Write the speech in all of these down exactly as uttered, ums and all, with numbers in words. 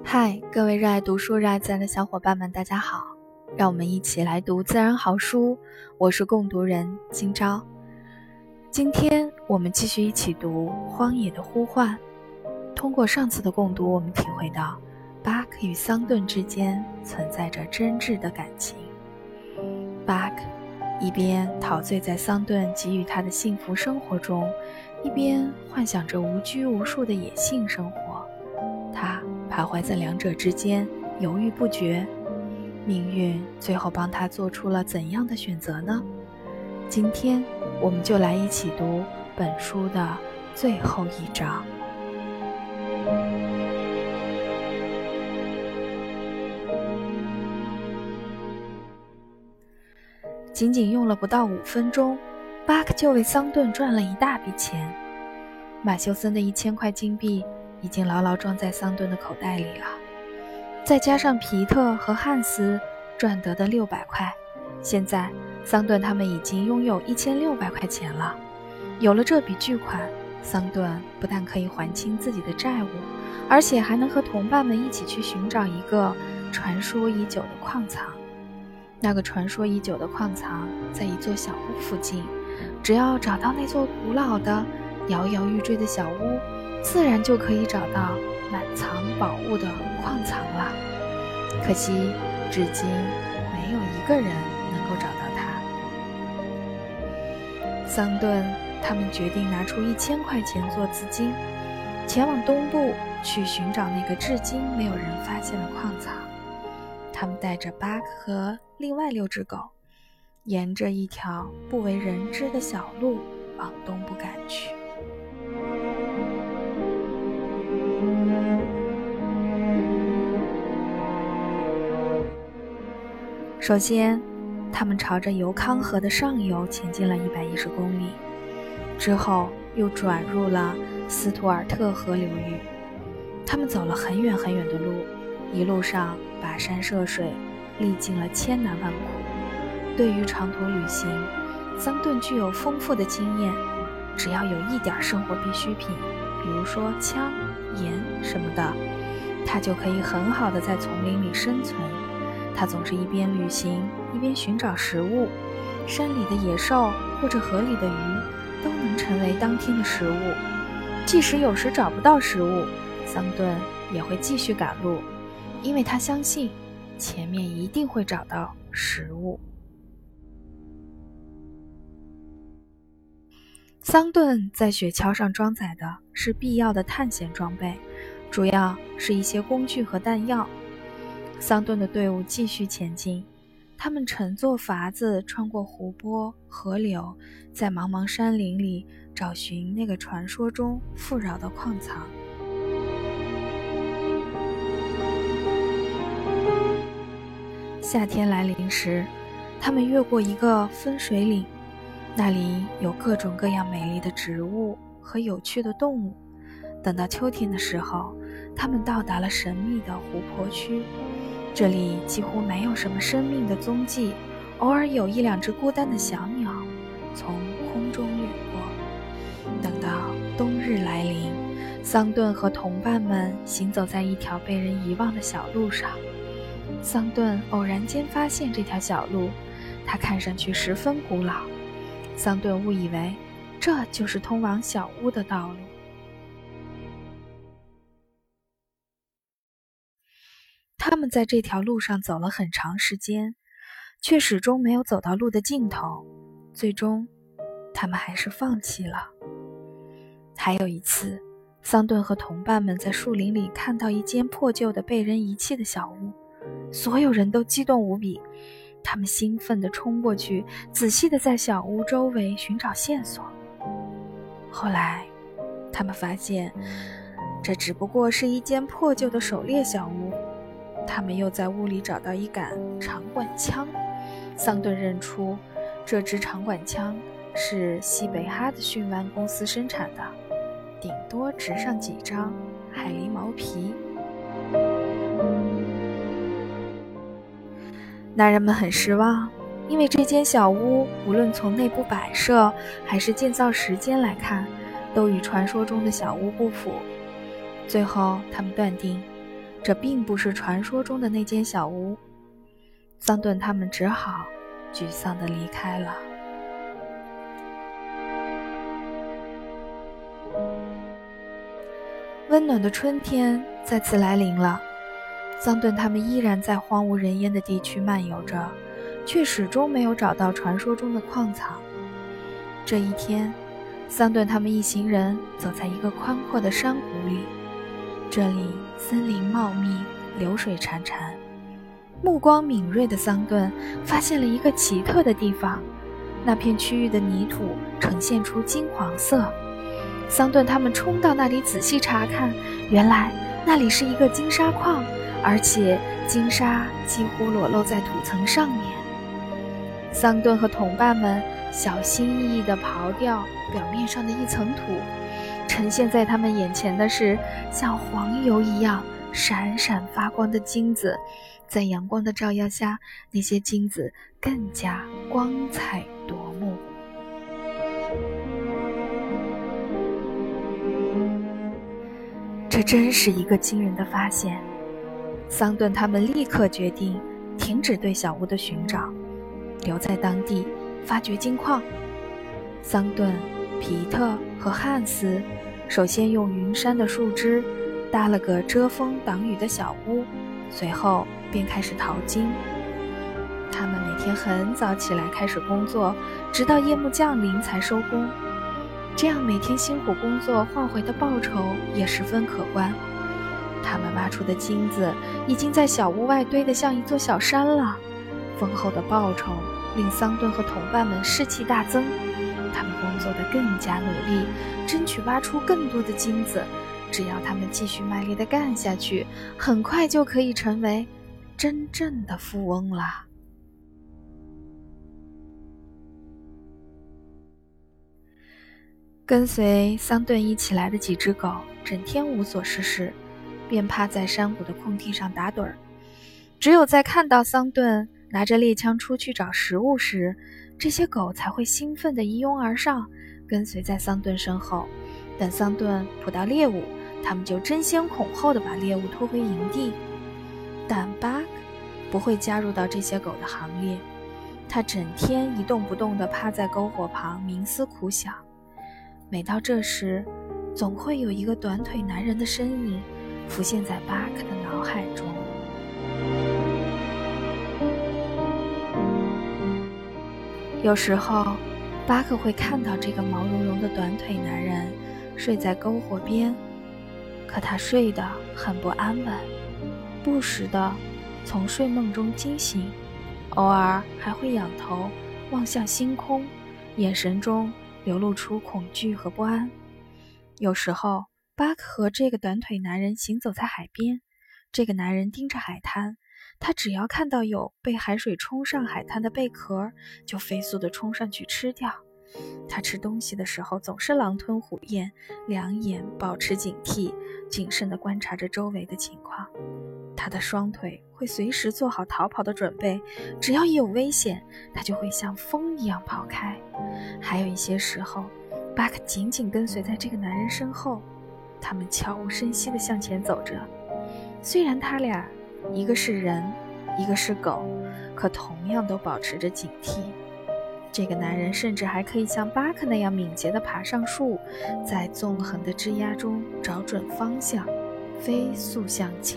嗨，各位热爱读书、热爱自然的小伙伴们，大家好！让我们一起来读自然好书。我是共读人今朝。今天我们继续一起读《荒野的呼唤》。通过上次的共读，我们体会到巴克与桑顿之间存在着真挚的感情。巴克一边陶醉在桑顿给予他的幸福生活中，一边幻想着无拘无束的野性生活。他徘徊在两者之间，犹豫不决。命运最后帮他做出了怎样的选择呢？今天我们就来一起读本书的最后一章。仅仅用了不到五分钟，巴克就为桑顿赚了一大笔钱。马修森的一千块金币已经牢牢装在桑顿的口袋里了，再加上皮特和汉斯赚得的六百块，现在桑顿他们已经拥有一千六百块钱了。有了这笔巨款，桑顿不但可以还清自己的债务，而且还能和同伴们一起去寻找一个传说已久的矿藏。那个传说已久的矿藏在一座小屋附近，只要找到那座古老的摇摇欲坠的小屋，自然就可以找到满藏宝物的矿藏了。可惜至今没有一个人能够找到它。桑顿他们决定拿出一千块钱做资金，前往东部去寻找那个至今没有人发现的矿藏。他们带着巴克和另外六只狗，沿着一条不为人知的小路往东部赶去。首先，他们朝着尤康河的上游前进了一百一十公里，之后又转入了斯图尔特河流域。他们走了很远很远的路，一路上跋山涉水，历尽了千难万苦。对于长途旅行，桑顿具有丰富的经验，只要有一点生活必需品，比如说枪、盐什么的，他就可以很好的在丛林里生存。他总是一边旅行一边寻找食物，山里的野兽或者河里的鱼都能成为当天的食物。即使有时找不到食物，桑顿也会继续赶路，因为他相信前面一定会找到食物。桑顿在雪橇上装载的是必要的探险装备，主要是一些工具和弹药。桑顿的队伍继续前进，他们乘坐筏子穿过湖泊、河流，在茫茫山林里找寻那个传说中富饶的矿藏。夏天来临时，他们越过一个分水岭，那里有各种各样美丽的植物和有趣的动物。等到秋天的时候，他们到达了神秘的湖泊区，这里几乎没有什么生命的踪迹，偶尔有一两只孤单的小鸟从空中掠过。等到冬日来临，桑顿和同伴们行走在一条被人遗忘的小路上。桑顿偶然间发现这条小路，它看上去十分古老。桑顿误以为这就是通往小屋的道路。他们在这条路上走了很长时间，却始终没有走到路的尽头，最终他们还是放弃了。还有一次，桑顿和同伴们在树林里看到一间破旧的被人遗弃的小屋，所有人都激动无比，他们兴奋地冲过去，仔细地在小屋周围寻找线索。后来他们发现这只不过是一间破旧的狩猎小屋。他们又在屋里找到一杆长管枪，桑顿认出这支长管枪是西北哈德逊湾公司生产的，顶多植上几张海狸毛皮。男人们很失望，因为这间小屋无论从内部摆设还是建造时间来看，都与传说中的小屋不符。最后他们断定这并不是传说中的那间小屋。桑顿他们只好沮丧地离开了。温暖的春天再次来临了，桑顿他们依然在荒无人烟的地区漫游着，却始终没有找到传说中的矿藏。这一天，桑顿他们一行人走在一个宽阔的山谷里，这里森林茂密，流水潺潺。目光敏锐的桑顿发现了一个奇特的地方，那片区域的泥土呈现出金黄色。桑顿他们冲到那里仔细查看，原来那里是一个金沙矿，而且金沙几乎裸露在土层上面。桑顿和同伴们小心翼翼地刨掉表面上的一层土，呈现在他们眼前的是像黄油一样闪闪发光的金子。在阳光的照耀下，那些金子更加光彩夺目。这真是一个惊人的发现。桑顿他们立刻决定停止对小屋的寻找，留在当地发掘金矿。桑顿、皮特和汉斯首先用云杉的树枝搭了个遮风挡雨的小屋，随后便开始淘金。他们每天很早起来开始工作，直到夜幕降临才收工。这样每天辛苦工作换回的报酬也十分可观。他们挖出的金子已经在小屋外堆得像一座小山了。丰厚的报酬令桑顿和同伴们士气大增，他们工作得更加努力，争取挖出更多的金子。只要他们继续卖力地干下去，很快就可以成为真正的富翁了。跟随桑顿一起来的几只狗整天无所事事，便趴在山谷的空地上打盹儿。只有在看到桑顿拿着猎枪出去找食物时，这些狗才会兴奋地一拥而上，跟随在桑顿身后。等桑顿捕到猎物，他们就争先恐后地把猎物拖回营地。但巴克不会加入到这些狗的行列，他整天一动不动地趴在篝火旁冥思苦想。每到这时，总会有一个短腿男人的身影浮现在巴克的脑海中。有时候巴克会看到这个毛茸茸的短腿男人睡在篝火边，可他睡得很不安稳，不时地从睡梦中惊醒，偶尔还会仰头望向星空，眼神中流露出恐惧和不安。有时候巴克和这个短腿男人行走在海边，这个男人盯着海滩，他只要看到有被海水冲上海滩的贝壳，就飞速地冲上去吃掉。他吃东西的时候总是狼吞虎咽，两眼保持警惕，谨慎地观察着周围的情况。他的双腿会随时做好逃跑的准备，只要一有危险，他就会像风一样跑开。还有一些时候，巴克紧紧跟随在这个男人身后，他们悄无声息地向前走着。虽然他俩一个是人，一个是狗，可同样都保持着警惕。这个男人甚至还可以像巴克那样敏捷地爬上树，在纵横的枝桠中找准方向，飞速向前。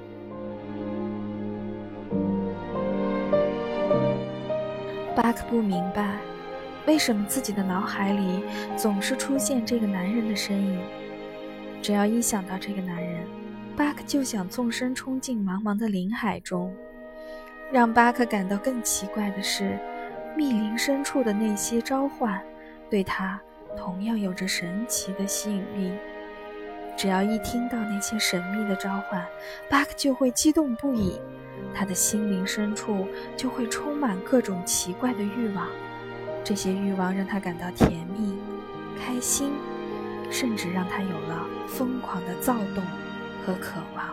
巴克不明白，为什么自己的脑海里总是出现这个男人的身影。只要一想到这个男人，巴克就想纵身冲进茫茫的林海中。让巴克感到更奇怪的是，密林深处的那些召唤对他同样有着神奇的吸引力。只要一听到那些神秘的召唤，巴克就会激动不已，他的心灵深处就会充满各种奇怪的欲望。这些欲望让他感到甜蜜、开心，甚至让他有了疯狂的躁动和渴望。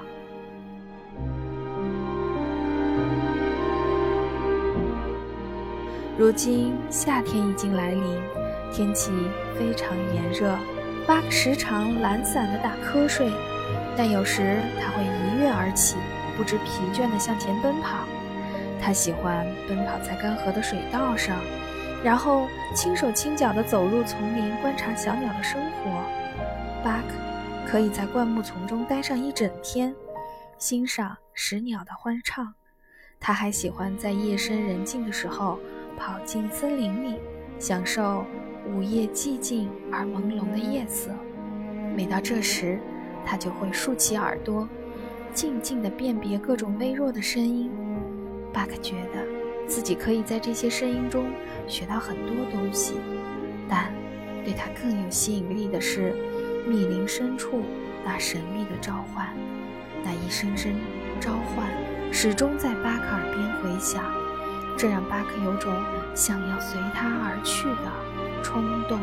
如今夏天已经来临，天气非常炎热， 巴克时常懒散地打瞌睡，但有时他会一跃而起，不知疲倦地向前奔跑。他喜欢奔跑在干涸的水道上，然后轻手轻脚地走入丛林，观察小鸟的生活。巴克可以在灌木丛中待上一整天，欣赏石鸟的欢唱。他还喜欢在夜深人静的时候跑进森林里，享受午夜寂静而朦胧的夜色。每到这时，他就会竖起耳朵，静静地辨别各种微弱的声音。巴克觉得自己可以在这些声音中学到很多东西，但对他更有吸引力的是密林深处那神秘的召唤。那一声声召唤始终在巴克耳边回响，这让巴克有种想要随他而去的冲动。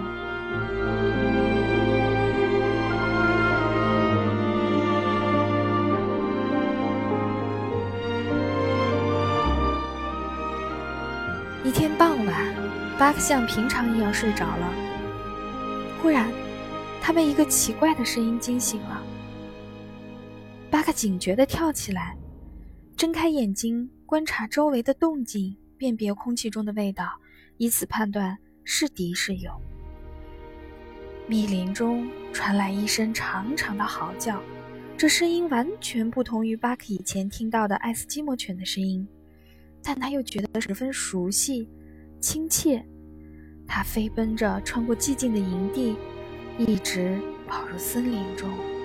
一天傍晚，巴克像平常一样睡着了。忽然，他被一个奇怪的声音惊醒了。巴克警觉地跳起来，睁开眼睛观察周围的动静，辨别空气中的味道，以此判断是敌是友。密林中传来一声长长的嚎叫，这声音完全不同于巴克以前听到的爱斯基摩犬的声音，但他又觉得十分熟悉、亲切。他飞奔着穿过寂静的营地，一直跑入森林中。